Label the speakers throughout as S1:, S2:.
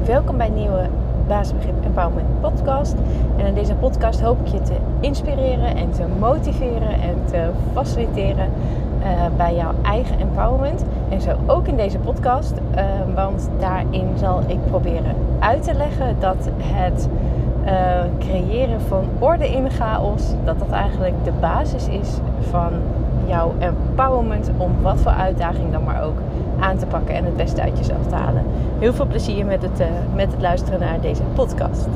S1: Welkom bij een nieuwe Basisbegrip Empowerment podcast. En in deze podcast hoop ik je te inspireren en te motiveren en te faciliteren bij jouw eigen empowerment. En zo ook in deze podcast, want daarin zal ik proberen uit te leggen dat het creëren van orde in de chaos, dat eigenlijk de basis is van jouw empowerment om wat voor uitdaging dan maar ook aan te pakken en het beste uit jezelf te halen. Heel veel plezier met het luisteren naar deze podcast.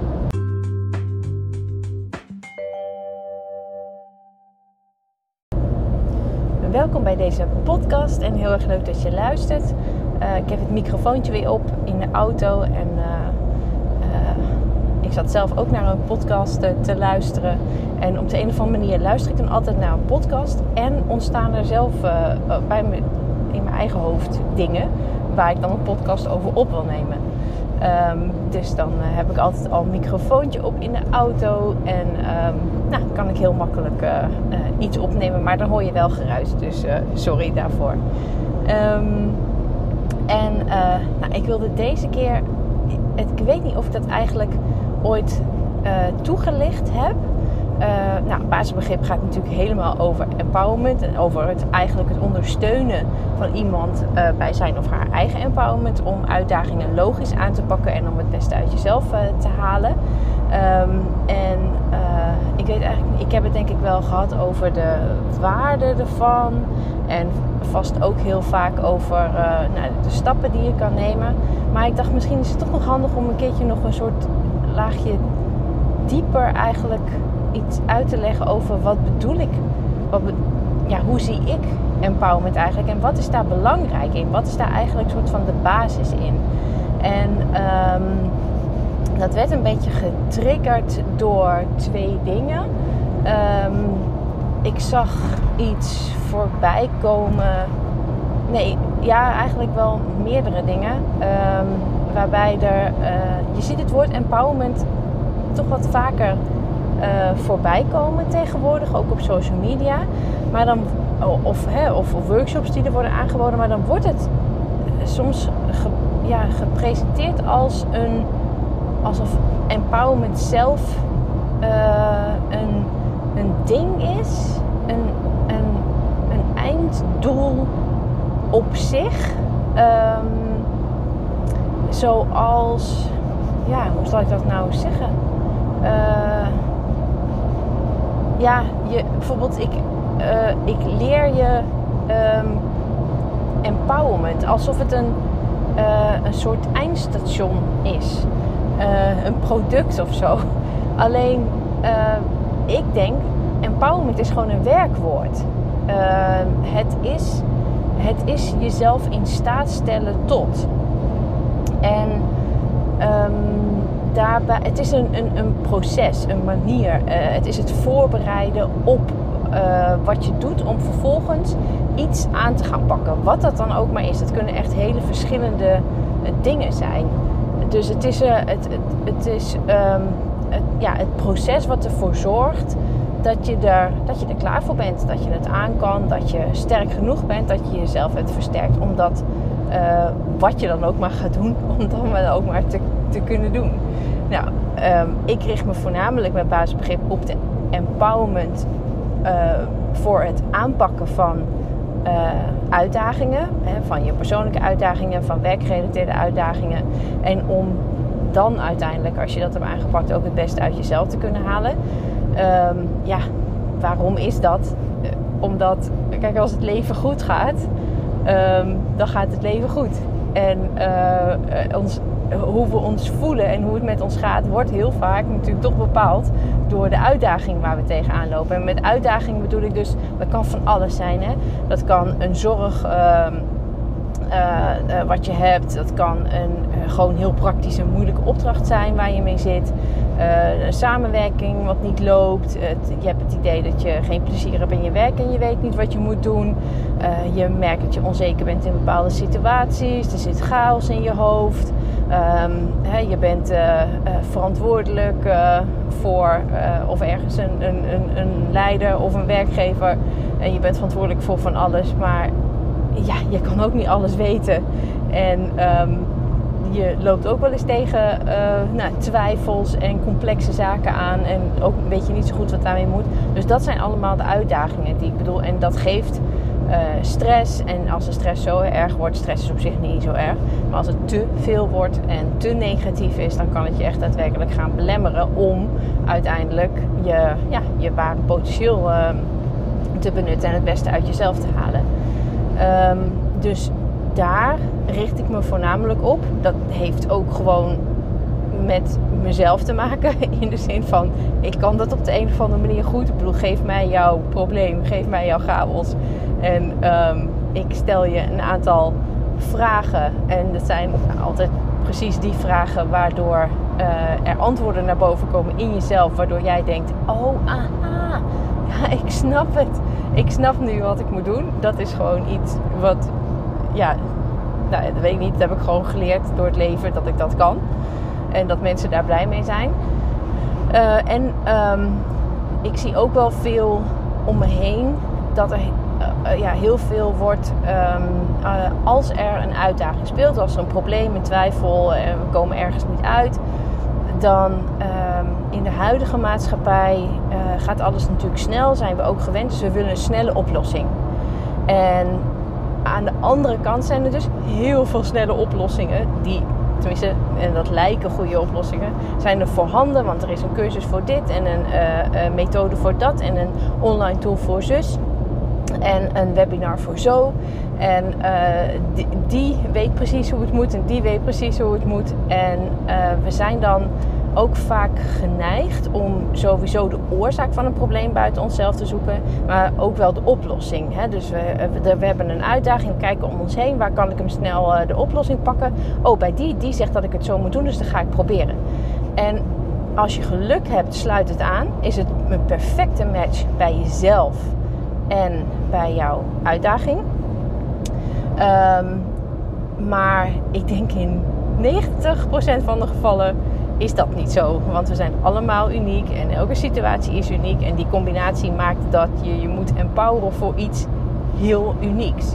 S1: Welkom bij deze podcast en heel erg leuk dat je luistert. Ik heb het microfoontje weer op in de auto en ik zat zelf ook naar een podcast te luisteren. En op de een of andere manier luister ik dan altijd naar een podcast en ontstaan er zelf in mijn eigen hoofd dingen waar ik dan een podcast over op wil nemen. Dus dan heb ik altijd al een microfoontje op in de auto en kan ik heel makkelijk iets opnemen, maar dan hoor je wel geruis, dus sorry daarvoor. Ik wilde deze keer, ik weet niet of ik dat eigenlijk ooit toegelicht heb. Basisbegrip gaat natuurlijk helemaal over empowerment en over het ondersteunen van iemand bij zijn of haar eigen empowerment om uitdagingen logisch aan te pakken en om het beste uit jezelf te halen. Ik heb het denk ik wel gehad over de waarde ervan en vast ook heel vaak over de stappen die je kan nemen. Maar ik dacht, misschien is het toch nog handig om een keertje nog een soort laagje dieper eigenlijk iets uit te leggen over wat bedoel ik. Hoe zie ik empowerment eigenlijk en wat is daar belangrijk in? Wat is daar eigenlijk een soort van de basis in? En dat werd een beetje getriggerd door twee dingen. Ik zag iets voorbij komen. Eigenlijk wel meerdere dingen. Waarbij je ziet het woord empowerment toch wat vaker voorbij komen tegenwoordig, ook op social media. Maar dan, of workshops die er worden aangeboden, maar dan wordt het soms gepresenteerd alsof empowerment zelf een ding is, een einddoel op zich. Zoals, hoe zal ik dat nou zeggen? Bijvoorbeeld ik leer je empowerment alsof het een soort eindstation is. Een product of zo. Alleen ik denk, empowerment is gewoon een werkwoord. Het is jezelf in staat stellen tot. En daarbij, het is een proces, een manier. Het is het voorbereiden op wat je doet om vervolgens iets aan te gaan pakken. Wat dat dan ook maar is. Het kunnen echt hele verschillende dingen zijn. Dus het is het proces wat ervoor zorgt dat je er klaar voor bent. Dat je het aan kan, dat je sterk genoeg bent, dat je jezelf hebt versterkt. Omdat wat je dan ook maar gaat doen, om dan wel ook maar te kunnen doen. Ik richt me voornamelijk met basisbegrip op de empowerment voor het aanpakken van uitdagingen. Van je persoonlijke uitdagingen, van werkgerelateerde uitdagingen. En om dan uiteindelijk, als je dat hebt aangepakt, ook het beste uit jezelf te kunnen halen. Waarom is dat? Omdat, kijk, als het leven goed gaat, dan gaat het leven goed. En hoe we ons voelen en hoe het met ons gaat, wordt heel vaak natuurlijk toch bepaald door de uitdaging waar we tegenaan lopen. En met uitdaging bedoel ik dus, dat kan van alles zijn. Hè? Dat kan een zorg wat je hebt. Dat kan gewoon heel praktisch een moeilijke opdracht zijn waar je mee zit. Een samenwerking wat niet loopt. Je hebt het idee dat je geen plezier hebt in je werk en je weet niet wat je moet doen. Je merkt dat je onzeker bent in bepaalde situaties. Er zit chaos in je hoofd. Je bent verantwoordelijk voor of ergens een leider of een werkgever. En je bent verantwoordelijk voor van alles. Maar ja, je kan ook niet alles weten. En je loopt ook wel eens tegen twijfels en complexe zaken aan. En ook weet je niet zo goed wat daarmee moet. Dus dat zijn allemaal de uitdagingen die ik bedoel. En dat geeft stress. En als de stress zo erg wordt, stress is op zich niet zo erg. Maar als het te veel wordt en te negatief is, dan kan het je echt daadwerkelijk gaan belemmeren om uiteindelijk je ware potentieel te benutten en het beste uit jezelf te halen. Dus daar richt ik me voornamelijk op. Dat heeft ook gewoon met mezelf te maken. In de zin van, ik kan dat op de een of andere manier goed. Ik bedoel, geef mij jouw probleem. Geef mij jouw chaos. En ik stel je een aantal vragen. En dat zijn altijd precies die vragen waardoor er antwoorden naar boven komen in jezelf. Waardoor jij denkt, oh, aha. Ja, ik snap het. Ik snap nu wat ik moet doen. Dat is gewoon iets wat... Ja, nou, dat weet ik niet. Dat heb ik gewoon geleerd door het leven dat ik dat kan. En dat mensen daar blij mee zijn. Ik zie ook wel veel om me heen. Dat er heel veel wordt als er een uitdaging speelt. Als er een probleem, een twijfel en we komen ergens niet uit. Dan in de huidige maatschappij gaat alles natuurlijk snel. Zijn we ook gewend. Dus we willen een snelle oplossing. En aan de andere kant zijn er dus heel veel snelle oplossingen die, tenminste, en dat lijken goede oplossingen, zijn er voorhanden. Want er is een cursus voor dit en een methode voor dat en een online tool voor zus en een webinar voor zo. En die weet precies hoe het moet en die weet precies hoe het moet. En we zijn dan ook vaak geneigd om sowieso de oorzaak van een probleem buiten onszelf te zoeken, maar ook wel de oplossing. Hè? Dus we hebben een uitdaging, we kijken om ons heen, waar kan ik hem snel de oplossing pakken? Oh, bij die zegt dat ik het zo moet doen, dus dat ga ik proberen. En als je geluk hebt, sluit het aan, is het een perfecte match bij jezelf en bij jouw uitdaging. Maar ik denk in 90% van de gevallen is dat niet zo. Want we zijn allemaal uniek en elke situatie is uniek. En die combinatie maakt dat je moet empoweren voor iets heel unieks.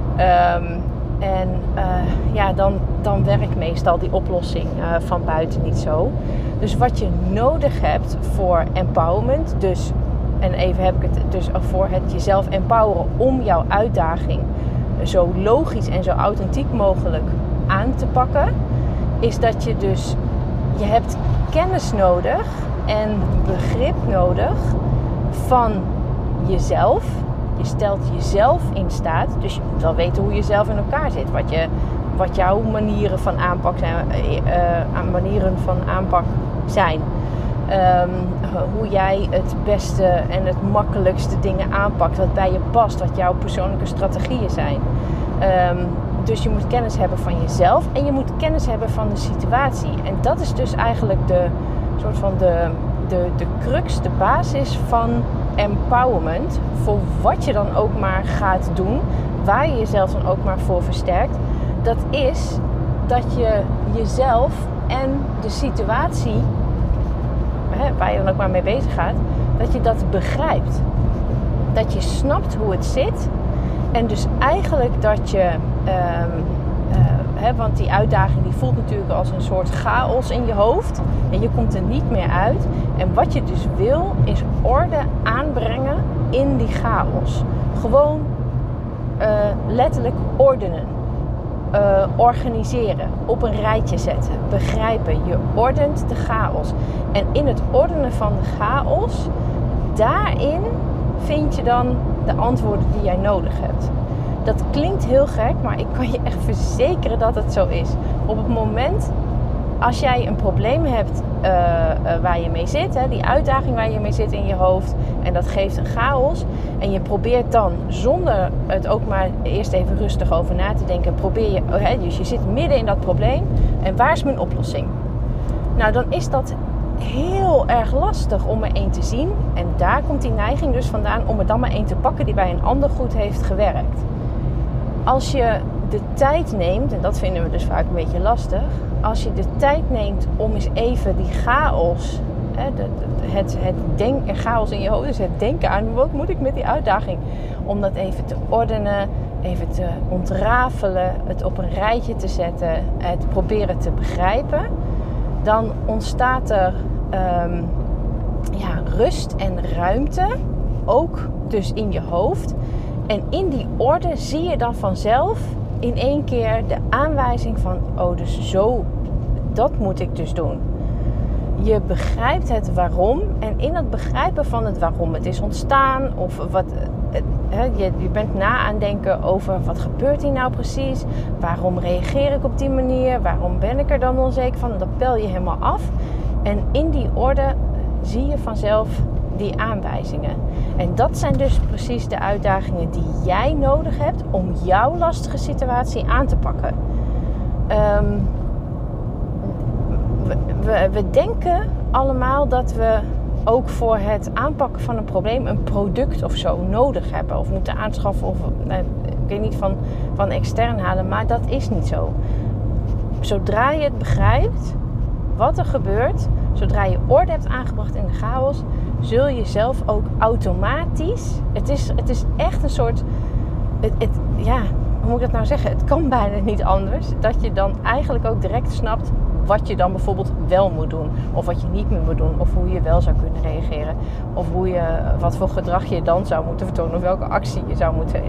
S1: Dan werkt meestal die oplossing van buiten niet zo. Dus wat je nodig hebt voor empowerment, dus, en even heb ik het dus voor het jezelf empoweren om jouw uitdaging zo logisch en zo authentiek mogelijk aan te pakken, is dat je dus, je hebt kennis nodig en begrip nodig van jezelf. Je stelt jezelf in staat, dus je moet wel weten hoe je zelf in elkaar zit. Wat jouw manieren van aanpak zijn. Hoe jij het beste en het makkelijkste dingen aanpakt. Wat bij je past, wat jouw persoonlijke strategieën zijn. Dus je moet kennis hebben van jezelf en je moet kennis hebben van de situatie. En dat is dus eigenlijk de crux, de basis van empowerment. Voor wat je dan ook maar gaat doen, waar je jezelf dan ook maar voor versterkt. Dat is dat je jezelf en de situatie, waar je dan ook maar mee bezig gaat, dat je dat begrijpt. Dat je snapt hoe het zit. En dus eigenlijk dat je, want die uitdaging die voelt natuurlijk als een soort chaos in je hoofd. En je komt er niet meer uit. En wat je dus wil, is orde aanbrengen in die chaos. Gewoon letterlijk ordenen. Organiseren. Op een rijtje zetten. Begrijpen. Je ordent de chaos. En in het ordenen van de chaos, daarin vind je dan de antwoorden die jij nodig hebt. Dat klinkt heel gek, maar ik kan je echt verzekeren dat het zo is. Op het moment, als jij een probleem hebt waar je mee zit, die uitdaging waar je mee zit in je hoofd, en dat geeft een chaos, en je probeert dan, zonder het ook maar eerst even rustig over na te denken, dus je zit midden in dat probleem, en waar is mijn oplossing? Nou, dan is dat heel erg lastig om er één te zien. En daar komt die neiging dus vandaan om er dan maar één te pakken die bij een ander goed heeft gewerkt. Als je de tijd neemt, en dat vinden we dus vaak een beetje lastig, als je de tijd neemt om eens even die chaos, chaos in je hoofd, dus het denken aan wat moet ik met die uitdaging, om dat even te ordenen, even te ontrafelen, het op een rijtje te zetten, het proberen te begrijpen, dan ontstaat er rust en ruimte, ook dus in je hoofd. En in die orde zie je dan vanzelf in één keer de aanwijzing van, dus zo, dat moet ik dus doen. Je begrijpt het waarom en in het begrijpen van het waarom het is ontstaan of wat, je bent na aan denken over wat gebeurt hier nou precies, waarom reageer ik op die manier, waarom ben ik er dan onzeker van, dat pel je helemaal af en in die orde zie je vanzelf die aanwijzingen. En dat zijn dus precies de uitdagingen die jij nodig hebt om jouw lastige situatie aan te pakken. We denken allemaal dat we ook voor het aanpakken van een probleem een product of zo nodig hebben. Of moeten aanschaffen of ik weet niet van extern halen. Maar dat is niet zo. Zodra je het begrijpt wat er gebeurt, zodra je orde hebt aangebracht in de chaos, zul je zelf ook automatisch, het is echt een soort, hoe moet ik dat nou zeggen? Het kan bijna niet anders, dat je dan eigenlijk ook direct snapt wat je dan bijvoorbeeld wel moet doen. Of wat je niet meer moet doen. Of hoe je wel zou kunnen reageren. Of wat voor gedrag je dan zou moeten vertonen. Of welke actie je zou moeten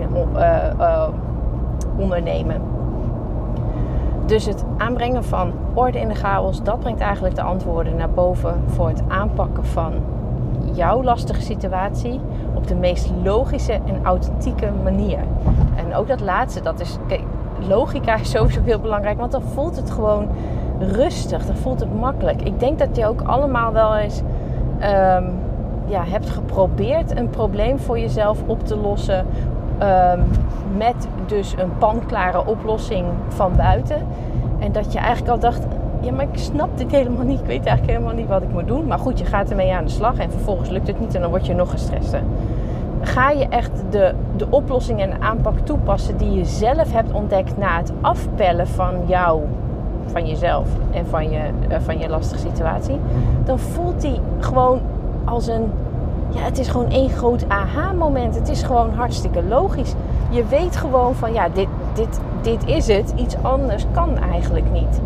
S1: ondernemen. Dus het aanbrengen van orde in de chaos, dat brengt eigenlijk de antwoorden naar boven voor het aanpakken van jouw lastige situatie op de meest logische en authentieke manier. En ook dat laatste, logica is sowieso heel belangrijk, want dan voelt het gewoon rustig, dan voelt het makkelijk. Ik denk dat je ook allemaal wel eens hebt geprobeerd een probleem voor jezelf op te lossen met dus een panklare oplossing van buiten. En dat je eigenlijk al dacht, ja, maar ik snap dit helemaal niet. Ik weet eigenlijk helemaal niet wat ik moet doen. Maar goed, je gaat ermee aan de slag en vervolgens lukt het niet en dan word je nog gestrester. Ga je echt de oplossing en de aanpak toepassen die je zelf hebt ontdekt na het afpellen van jezelf en van je lastige situatie, dan voelt die gewoon als het is gewoon één groot aha-moment. Het is gewoon hartstikke logisch. Je weet gewoon van, dit is het. Iets anders kan eigenlijk niet.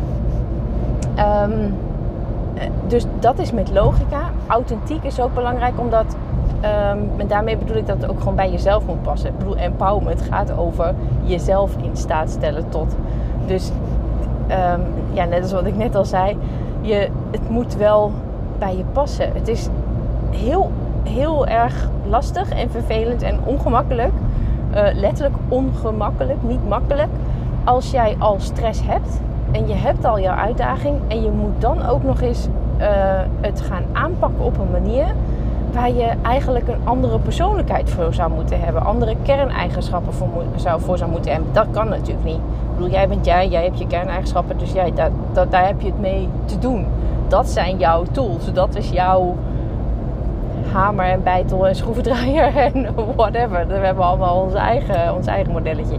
S1: Dus dat is met logica. Authentiek is ook belangrijk, omdat en daarmee bedoel ik dat het ook gewoon bij jezelf moet passen. Ik bedoel, empowerment gaat over jezelf in staat stellen tot. Dus net als wat ik net al zei, het moet wel bij je passen. Het is heel, heel erg lastig en vervelend en ongemakkelijk. Letterlijk ongemakkelijk, niet makkelijk. Als jij al stress hebt en je hebt al jouw uitdaging en je moet dan ook nog eens het gaan aanpakken op een manier waar je eigenlijk een andere persoonlijkheid voor zou moeten hebben. Andere kerneigenschappen voor zou moeten hebben. Dat kan natuurlijk niet. Ik bedoel, jij bent jij hebt je kerneigenschappen, dus daar heb je het mee te doen. Dat zijn jouw tools. Dat is jouw hamer en bijtel en schroevendraaier en whatever. We hebben allemaal ons eigen modelletje.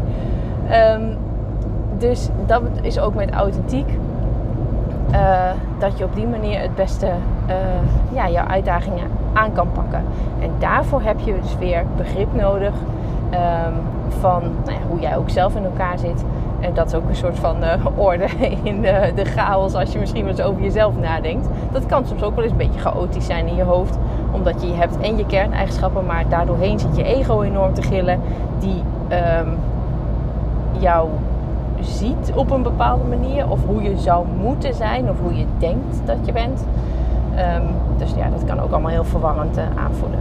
S1: Dus dat is ook met authentiek. Dat je op die manier het beste jouw uitdagingen aan kan pakken. En daarvoor heb je dus weer begrip nodig van hoe jij ook zelf in elkaar zit. En dat is ook een soort van orde in de chaos als je misschien wel eens over jezelf nadenkt. Dat kan soms ook wel eens een beetje chaotisch zijn in je hoofd. Omdat je hebt en je kerneigenschappen, maar daardoorheen zit je ego enorm te gillen. Die jou ziet op een bepaalde manier. Of hoe je zou moeten zijn. Of hoe je denkt dat je bent. Dus dat kan ook allemaal heel verwarrend aanvoelen.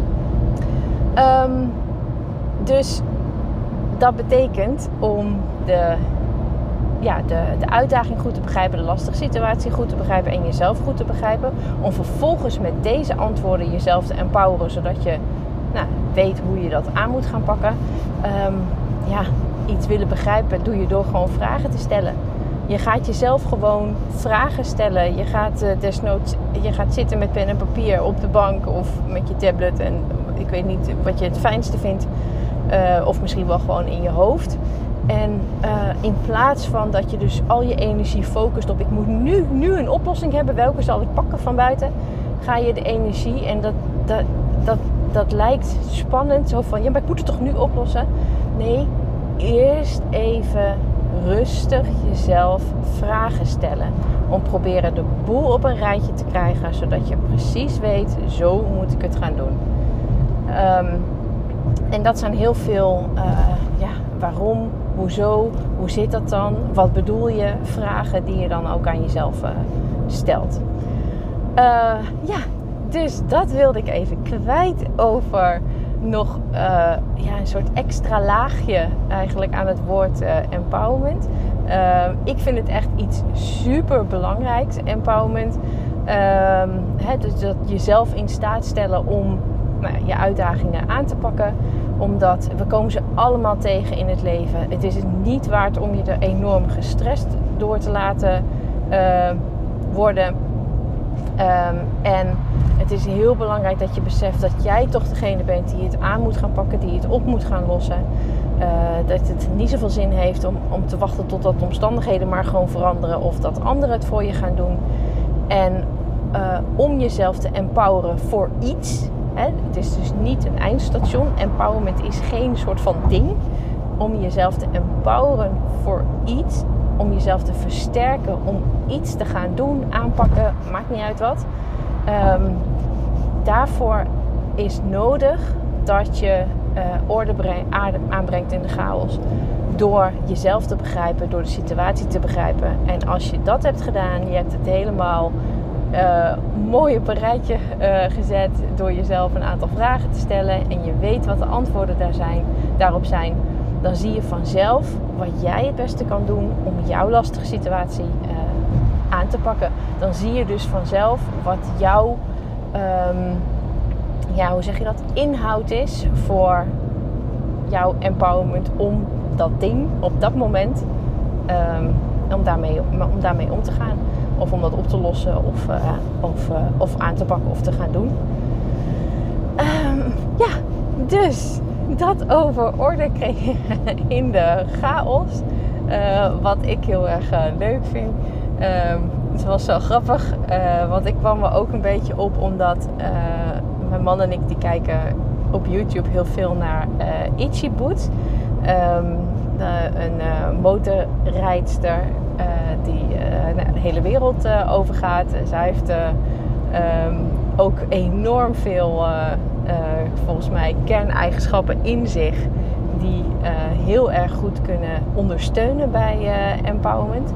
S1: Dus dat betekent om de uitdaging goed te begrijpen, de lastige situatie goed te begrijpen en jezelf goed te begrijpen. Om vervolgens met deze antwoorden jezelf te empoweren, zodat je weet hoe je dat aan moet gaan pakken. Iets willen begrijpen doe je door gewoon vragen te stellen. Je gaat jezelf gewoon vragen stellen. Je gaat desnoods zitten met pen en papier op de bank of met je tablet. En ik weet niet wat je het fijnste vindt. Of misschien wel gewoon in je hoofd. En in plaats van dat je dus al je energie focust op ik moet nu een oplossing hebben. Welke zal ik pakken van buiten? Ga je de energie en dat lijkt spannend. Zo van, maar ik moet het toch nu oplossen? Nee, eerst even rustig jezelf vragen stellen. Om proberen de boel op een rijtje te krijgen, zodat je precies weet, zo moet ik het gaan doen. En dat zijn heel veel, waarom, hoezo, hoe zit dat dan, wat bedoel je, vragen die je dan ook aan jezelf stelt. Dus dat wilde ik even kwijt over nog een soort extra laagje eigenlijk aan het woord empowerment. Ik vind het echt iets super belangrijks, empowerment. Dus dat jezelf in staat stellen om je uitdagingen aan te pakken. Omdat we komen ze allemaal tegen in het leven. Het is niet waard om je er enorm gestrest door te laten worden. En het is heel belangrijk dat je beseft dat jij toch degene bent die het aan moet gaan pakken, die het op moet gaan lossen. Dat het niet zoveel zin heeft om te wachten totdat de omstandigheden maar gewoon veranderen of dat anderen het voor je gaan doen. En om jezelf te empoweren voor iets. Het is dus niet een eindstation. Empowerment is geen soort van ding. Om jezelf te empoweren voor iets. Om jezelf te versterken. Om iets te gaan doen, aanpakken. Maakt niet uit wat. Daarvoor is nodig dat je orde aanbrengt in de chaos. Door jezelf te begrijpen. Door de situatie te begrijpen. En als je dat hebt gedaan. Je hebt het helemaal mooi op een rijtje gezet. Door jezelf een aantal vragen te stellen. En je weet wat de antwoorden daarop zijn. Dan zie je vanzelf wat jij het beste kan doen om jouw lastige situatie aan te pakken. Dan zie je dus vanzelf wat jouw inhoud is voor jouw empowerment om dat ding op dat moment om daarmee om te gaan. Of om dat op te lossen of aan te pakken of te gaan doen. Dus dat over orde creëren in de chaos. Wat ik heel erg leuk vind. Het was zo grappig. Want ik kwam er ook een beetje op omdat mijn man en ik die kijken op YouTube heel veel naar Itchy Boots. Een motorrijdster die de hele wereld overgaat. Zij heeft ook enorm veel volgens mij kerneigenschappen in zich die heel erg goed kunnen ondersteunen bij empowerment.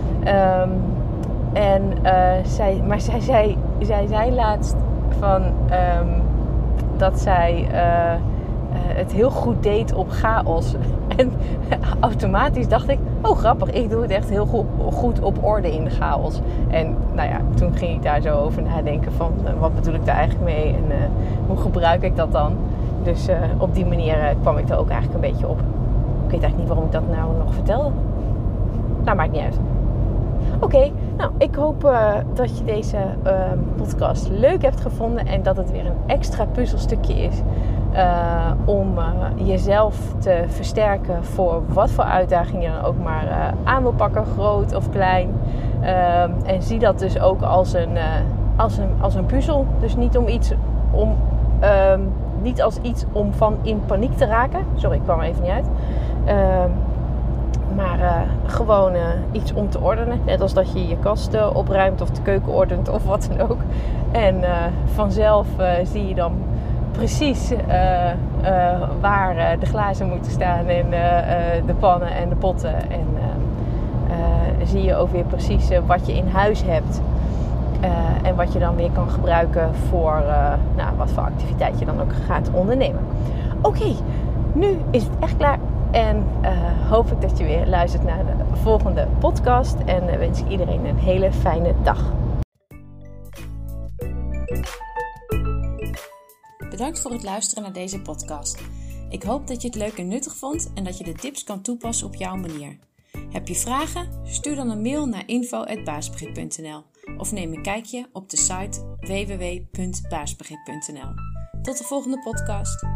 S1: Zij zei laatst van dat zij het heel goed deed op chaos. En automatisch dacht ik, oh grappig, ik doe het echt heel goed op orde in de chaos. En toen ging ik daar zo over nadenken van wat bedoel ik daar eigenlijk mee en hoe gebruik ik dat dan. Dus op die manier kwam ik er ook eigenlijk een beetje op. Ik weet eigenlijk niet waarom ik dat nou nog vertelde. Nou, maakt niet uit. Oké, ik hoop dat je deze podcast leuk hebt gevonden en dat het weer een extra puzzelstukje is om jezelf te versterken voor wat voor uitdagingen je dan ook maar aan wil pakken, groot of klein. En zie dat dus ook als een puzzel. Dus niet als iets om van in paniek te raken. Sorry, ik kwam er even niet uit. Maar gewoon iets om te ordenen. Net als dat je je kast opruimt of de keuken ordent of wat dan ook. En vanzelf zie je dan precies waar de glazen moeten staan en de pannen en de potten. En zie je ook weer precies wat je in huis hebt. En wat je dan weer kan gebruiken voor wat voor activiteit je dan ook gaat ondernemen. Oké, nu is het echt klaar. En hoop ik dat je weer luistert naar de volgende podcast. En wens ik iedereen een hele fijne dag.
S2: Bedankt voor het luisteren naar deze podcast. Ik hoop dat je het leuk en nuttig vond en dat je de tips kan toepassen op jouw manier. Heb je vragen? Stuur dan een mail naar info@baasbegrip.nl of neem een kijkje op de site www.baasbegrip.nl. Tot de volgende podcast.